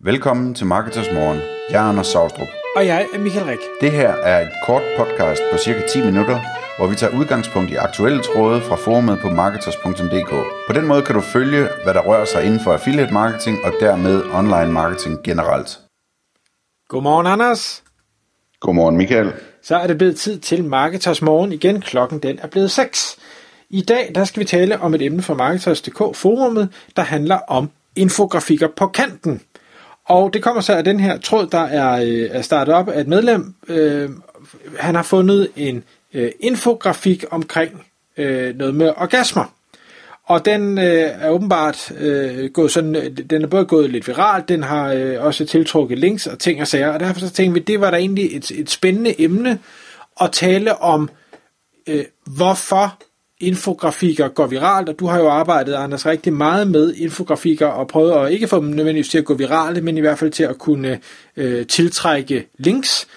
Velkommen til Marketers Morgen. Jeg er Anders Saustrup. Og jeg er Michael Rik. Det her er et kort podcast på cirka 10 minutter, hvor vi tager udgangspunkt i aktuelle tråde fra forumet på marketers.dk. På den måde kan du følge, hvad der rører sig inden for affiliate marketing og dermed online marketing generelt. Godmorgen, Anders. Godmorgen, Michael. Så er det blevet tid til Marketers Morgen igen. Klokken den er blevet 6. I dag der skal vi tale om et emne fra Marketers.dk forumet, der handler om infografikker på kanten. Og det kommer så af den her tråd, der er startet op af et medlem. Han har fundet en infografik omkring noget med orgasmer. Og den er åbenbart gået sådan, den er både gået lidt viralt, den har også tiltrukket links og ting og sager. Og derfor så tænkte vi, det var da egentlig et spændende emne at tale om, hvorfor infografikker går viralt, og du har jo arbejdet, Anders, rigtig meget med infografikker og prøvet at ikke få dem nødvendigvis til at gå virale, men i hvert fald til at kunne tiltrække links.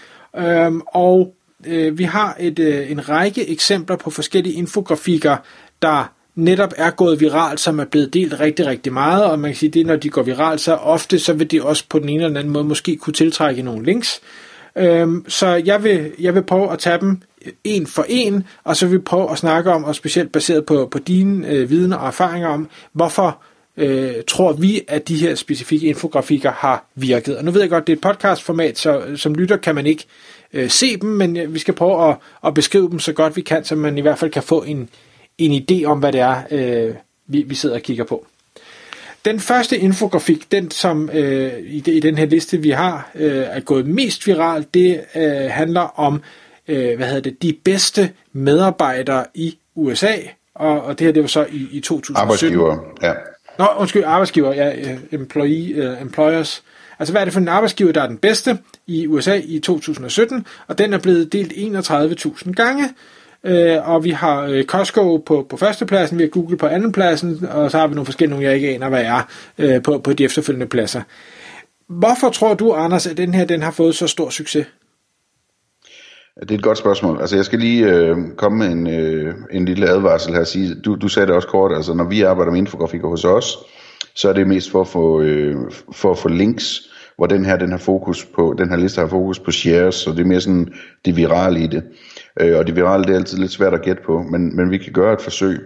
Vi har en række eksempler på forskellige infografikker, der netop er gået viralt, som er blevet delt rigtig, rigtig meget, og man kan sige, det når de går viralt, så ofte så vil de også på den ene eller anden måde måske kunne tiltrække nogle links. Så jeg vil prøve at tage dem en for en, og så vil vi prøve at snakke om, og specielt baseret på dine viden og erfaringer om, hvorfor tror vi, at de her specifikke infografikker har virket. Og nu ved jeg godt, det er et podcastformat, så som lytter kan man ikke se dem, men vi skal prøve at beskrive dem så godt vi kan, så man i hvert fald kan få en idé om, hvad det er, vi sidder og kigger på. Den første infografik, den som i den her liste, vi har, er gået mest viralt, det handler om de bedste medarbejdere i USA, og det her det var så i 2017. Arbejdsgiver, ja. Arbejdsgiver, ja, employers. Altså hvad er det for en arbejdsgiver, der er den bedste i USA i 2017, og den er blevet delt 31.000 gange. Og vi har Costco på førstepladsen, vi har Google på andenpladsen, og så har vi nogle forskellige, jeg ikke aner, hvad er på de efterfølgende pladser. Hvorfor tror du, Anders, at den har fået så stor succes? Det er et godt spørgsmål. Altså jeg skal lige komme med en lille advarsel her og sige, du sagde det også kort, altså når vi arbejder med infografikker hos os, så er det mest for at få links, hvor den her liste har fokus på shares, så det er mere sådan det virale i det. Og det virale, det er altid lidt svært at gætte på, men vi kan gøre et forsøg.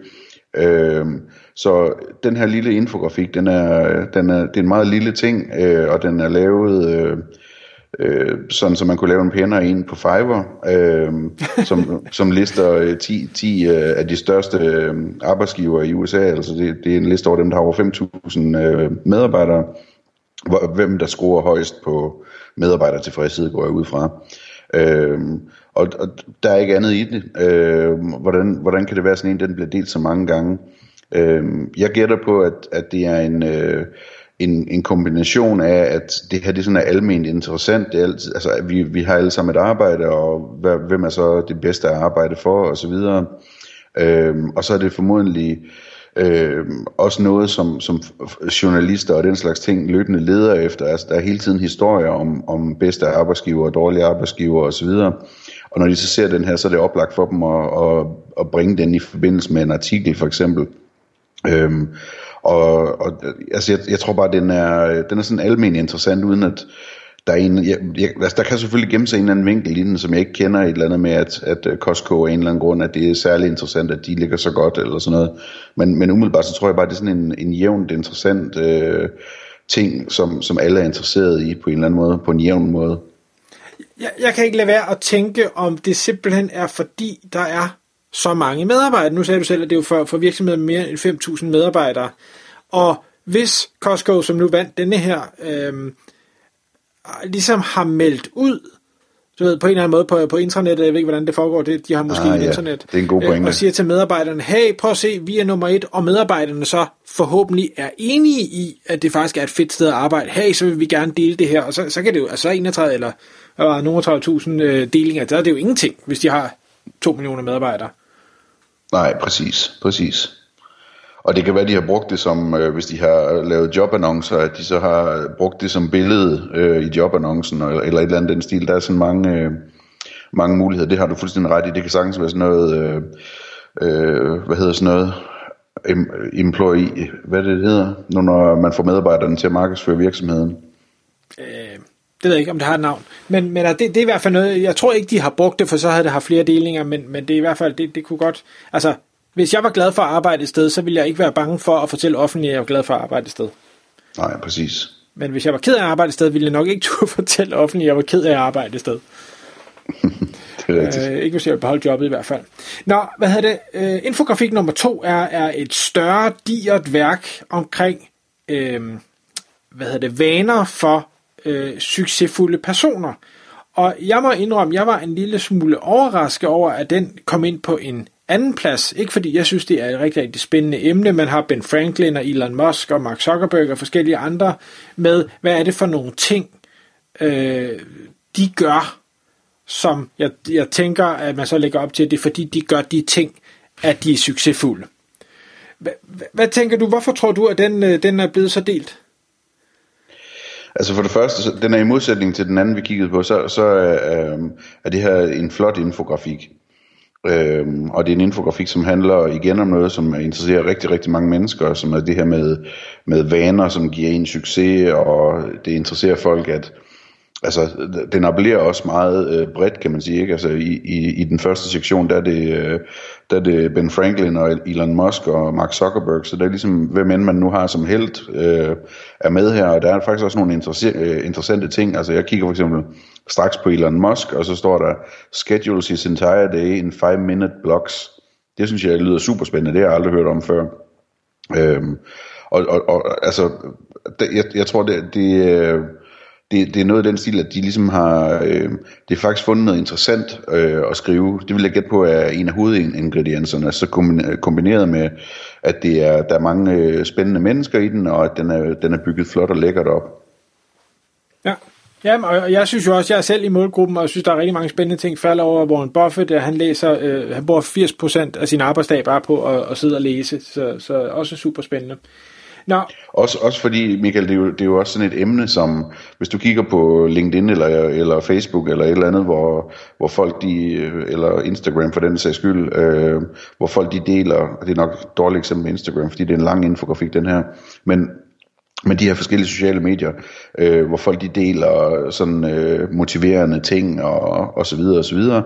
Så den her lille infografik, det er en meget lille ting, og den er lavet sådan, så man kunne lave en pænere en på Fiverr, som lister 10 af de største arbejdsgivere i USA. Altså det er en liste over dem, der har over 5.000 medarbejdere, hvem der scorer højst på medarbejdertilfredshed, går jeg ud fra. Og der er ikke andet i det. Hvordan kan det være sådan en, den bliver delt så mange gange? Jeg gætter på, at det er en kombination af, at det her det sådan er alment interessant. Det er altid, altså, vi har alle sammen et arbejde, og hvem er så det bedste at arbejde for, og så videre. Og så er det formodentlig også noget, som journalister og den slags ting løbende leder efter. Altså, der er hele tiden historier om bedste arbejdsgiver og dårlige arbejdsgiver osv. Og når de så ser den her, så er det oplagt for dem at bringe den i forbindelse med en artikel for eksempel. Altså jeg tror bare, den er sådan almen interessant, uden at der er der kan selvfølgelig gemme sig en eller anden vinkel i den, som jeg ikke kender, et eller andet med, at Costco af en eller anden grund, at det er særlig interessant, at de ligger så godt, eller sådan noget. Men umiddelbart, så tror jeg bare, det er sådan en jævnt interessant ting, som alle er interesseret i på en eller anden måde, på en jævn måde. Jeg kan ikke lade være at tænke, om det simpelthen er, fordi der er så mange medarbejdere. Nu sagde du selv, at det er jo for virksomheder med mere end 5.000 medarbejdere. Og hvis Costco, som nu vandt denne her, ligesom har meldt ud, du ved, på en eller anden måde på intranettet, jeg ved ikke, hvordan det foregår, de har måske internet, det er en god pointe. Og siger til medarbejderne, hey, prøv at se, vi er nummer 1, og medarbejderne så forhåbentlig er enige i, at det faktisk er et fedt sted at arbejde. Hey, så vil vi gerne dele det her, og så kan det jo, altså 31 eller nogle 30.000 delinger, der er det jo ingenting, hvis de har 2 millioner medarbejdere. Nej, præcis. Og det kan være, de har brugt det som, hvis de har lavet jobannoncer, at de så har brugt det som billede i jobannoncen, eller et eller andet den stil. Der er sådan mange muligheder. Det har du fuldstændig ret i. Det kan sagtens være sådan noget, employee, hvad det hedder, når man får medarbejderne til at markedsføre virksomheden. Det ved jeg ikke, om det har et navn. Men det er i hvert fald noget, jeg tror ikke, de har brugt det, for så havde det haft flere delinger, men det er i hvert fald, det kunne godt, altså, hvis jeg var glad for at arbejde et sted, så ville jeg ikke være bange for at fortælle offentligt, at jeg var glad for at arbejde et sted. Nej, præcis. Men hvis jeg var ked af at arbejde et sted, ville jeg nok ikke turde fortælle offentligt, at jeg var ked af at arbejde et sted. Det er rigtigt. Ikke hvis jeg vil beholde jobbet i hvert fald. Nå, infografik nummer 2 er et større, digert værk omkring, vaner for succesfulde personer. Og jeg må indrømme, jeg var en lille smule overrasket over, at den kom ind på en anden plads. Ikke fordi jeg synes, det er et rigtig, rigtig spændende emne. Man har Ben Franklin og Elon Musk og Mark Zuckerberg og forskellige andre med, hvad er det for nogle ting, de gør, som jeg tænker, at man så lægger op til, det er fordi, de gør de ting, at de er succesfulde. Hvad tænker du? Hvorfor tror du, at den er blevet så delt? Altså for det første, den er i modsætning til den anden, vi kiggede på, så er det her en flot infografik. Og det er en infografik, som handler igen om noget, som interesserer rigtig, rigtig mange mennesker, som er det her med vaner, som giver en succes, og det interesserer folk, at altså, den appellerer også meget bredt, kan man sige, ikke? Altså, i den første sektion, der er det Ben Franklin og Elon Musk og Mark Zuckerberg, så det er ligesom, hvem end man nu har som helt er med her, og der er faktisk også nogle interessante ting. Altså, jeg kigger for eksempel straks på Elon Musk, og så står der, schedules his entire day in 5-minute blocks. Det synes jeg lyder super spændende, det har jeg aldrig hørt om før. Og altså, jeg tror, det er noget af den stil, at de ligesom har, det er faktisk fundet noget interessant at skrive. Det vil jeg gætte på er en af hovedingredienserne, så kombineret med, at der er mange spændende mennesker i den, og at den er bygget flot og lækkert op. Ja. Jamen, og jeg synes jo også, jeg er selv i målgruppen, og jeg synes, der er rigtig mange spændende ting. Falder over Warren Buffett, han bruger 80% af sin arbejdsdag bare på at sidde og læse, så også super spændende. Nå. Også fordi, Michael, det er jo også sådan et emne, som hvis du kigger på LinkedIn eller Facebook eller et eller andet, hvor folk eller Instagram for den sags skyld, hvor folk de deler, og det er nok et dårligt eksempel med Instagram, fordi det er en lang infografik den her, men de her forskellige sociale medier, hvor folk de deler sådan motiverende ting og så videre og så videre,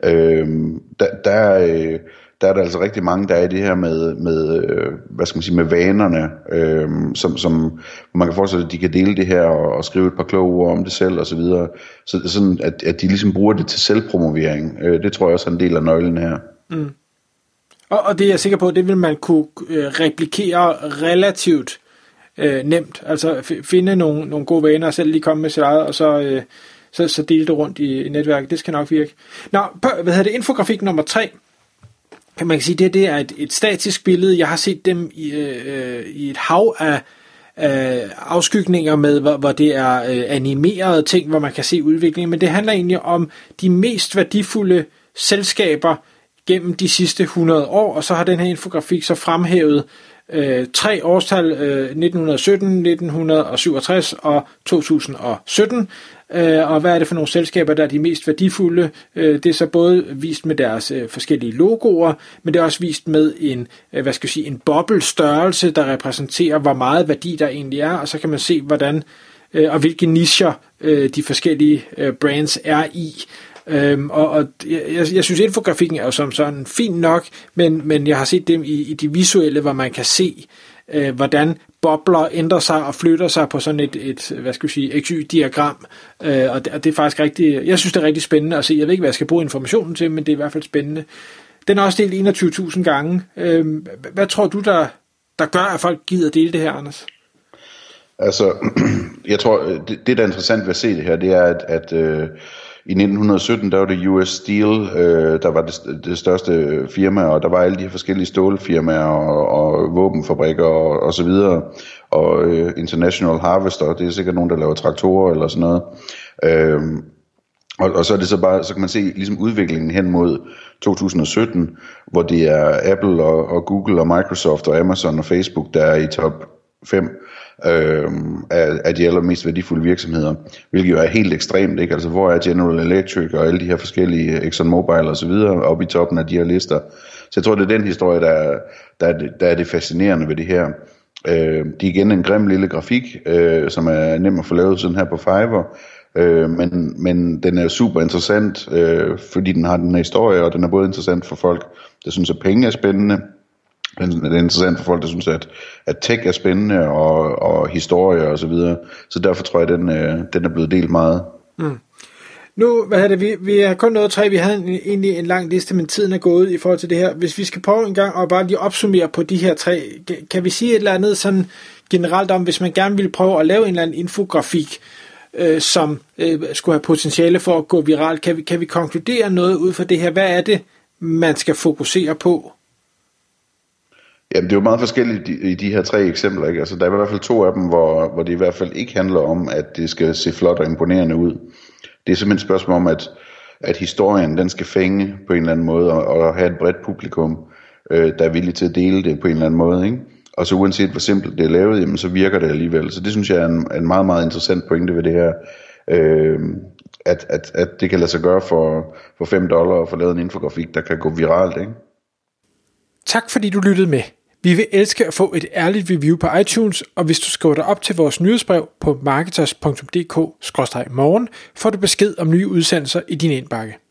der er der altså rigtig mange, der er i det her med hvad skal man sige, med vanerne, som man kan forestille, at de kan dele det her og skrive et par kloge ord om det selv og så videre, så sådan at de ligesom bruger det til selvpromovering. Det tror jeg også er en del af nøglen her. Mm. Og det er jeg sikker på, det vil man kunne replikere relativt nemt, altså finde nogle gode vaner og selv lige komme med sit eget, og så dele det rundt i netværket. Det skal nok virke. Nå, infografik nummer 3, kan man sige, det er et statisk billede. Jeg har set dem i et hav af afskygninger med, hvor det er animerede ting, hvor man kan se udviklingen, men det handler egentlig om de mest værdifulde selskaber gennem de sidste 100 år, og så har den her infografik så fremhævet 3 årstal, 1917, 1967 og 2017, og hvad er det for nogle selskaber, der er de mest værdifulde? Det er så både vist med deres forskellige logoer, men det er også vist med en boblestørrelse, der repræsenterer, hvor meget værdi der egentlig er, og så kan man se, hvordan og hvilke nicher de forskellige brands er i. Og jeg synes, infografikken er jo som sådan fint nok, men jeg har set dem i de visuelle, hvor man kan se, hvordan bobler ændrer sig og flytter sig på sådan et XY-diagram, og det er faktisk rigtig, jeg synes det er rigtig spændende at se. Jeg ved ikke, hvad jeg skal bruge informationen til, men det er i hvert fald spændende. Den er også delt 21.000 gange. Hvad tror du, der gør, at folk gider dele det her, Anders? Altså, jeg tror, det der er interessant ved at se det her, det er, at i 1917, der var det US Steel, der var det største firma, og der var alle de her forskellige stålfirmaer og våbenfabrikker og så videre, og International Harvester, det er sikkert nogen, der laver traktorer eller sådan noget. Og så er det så bare, så kan man se ligesom udviklingen hen mod 2017, hvor det er Apple og Google og Microsoft og Amazon og Facebook, der er i top 5 af de allermest værdifulde virksomheder, hvilket jo er helt ekstremt, ikke? Altså hvor er General Electric og alle de her forskellige ExxonMobil og så videre oppe i toppen af de her lister. Så jeg tror, det er den historie, der er det fascinerende ved det her. De er igen en grim lille grafik, som er nem at få lavet sådan her på Fiverr. Men den er super interessant, fordi den har den her historie, og den er både interessant for folk, der synes, at penge er spændende. Den er interessant for folk, der synes, at tech er spændende, og historie og så videre. Så derfor tror jeg, den er blevet delt meget. Mm. Nu, vi har kun nået 3, vi havde egentlig en lang liste, men tiden er gået i forhold til det her. Hvis vi skal prøve en gang og bare lige opsummere på de her 3, kan vi sige et eller andet sådan generelt om, hvis man gerne vil prøve at lave en eller anden infografik, som skulle have potentiale for at gå viralt, kan vi konkludere noget ud fra det her? Hvad er det, man skal fokusere på? Jamen, det er jo meget forskelligt i de her 3 eksempler, ikke? Altså, der er i hvert fald 2 af dem, hvor det i hvert fald ikke handler om, at det skal se flot og imponerende ud. Det er simpelthen et spørgsmål om, at historien, den skal fænge på en eller anden måde, og have et bredt publikum, der er villig til at dele det på en eller anden måde, ikke? Og så uanset hvor simpelt det er lavet, jamen, så virker det alligevel. Så det synes jeg er en meget, meget interessant pointe ved det her, at det kan lade sig gøre for $5 at få lavet en infografik, der kan gå viralt, ikke? Tak fordi du lyttede med. Vi vil elske at få et ærligt review på iTunes, og hvis du skriver dig op til vores nyhedsbrev på marketers.dk/morgen, får du besked om nye udsendelser i din indbakke.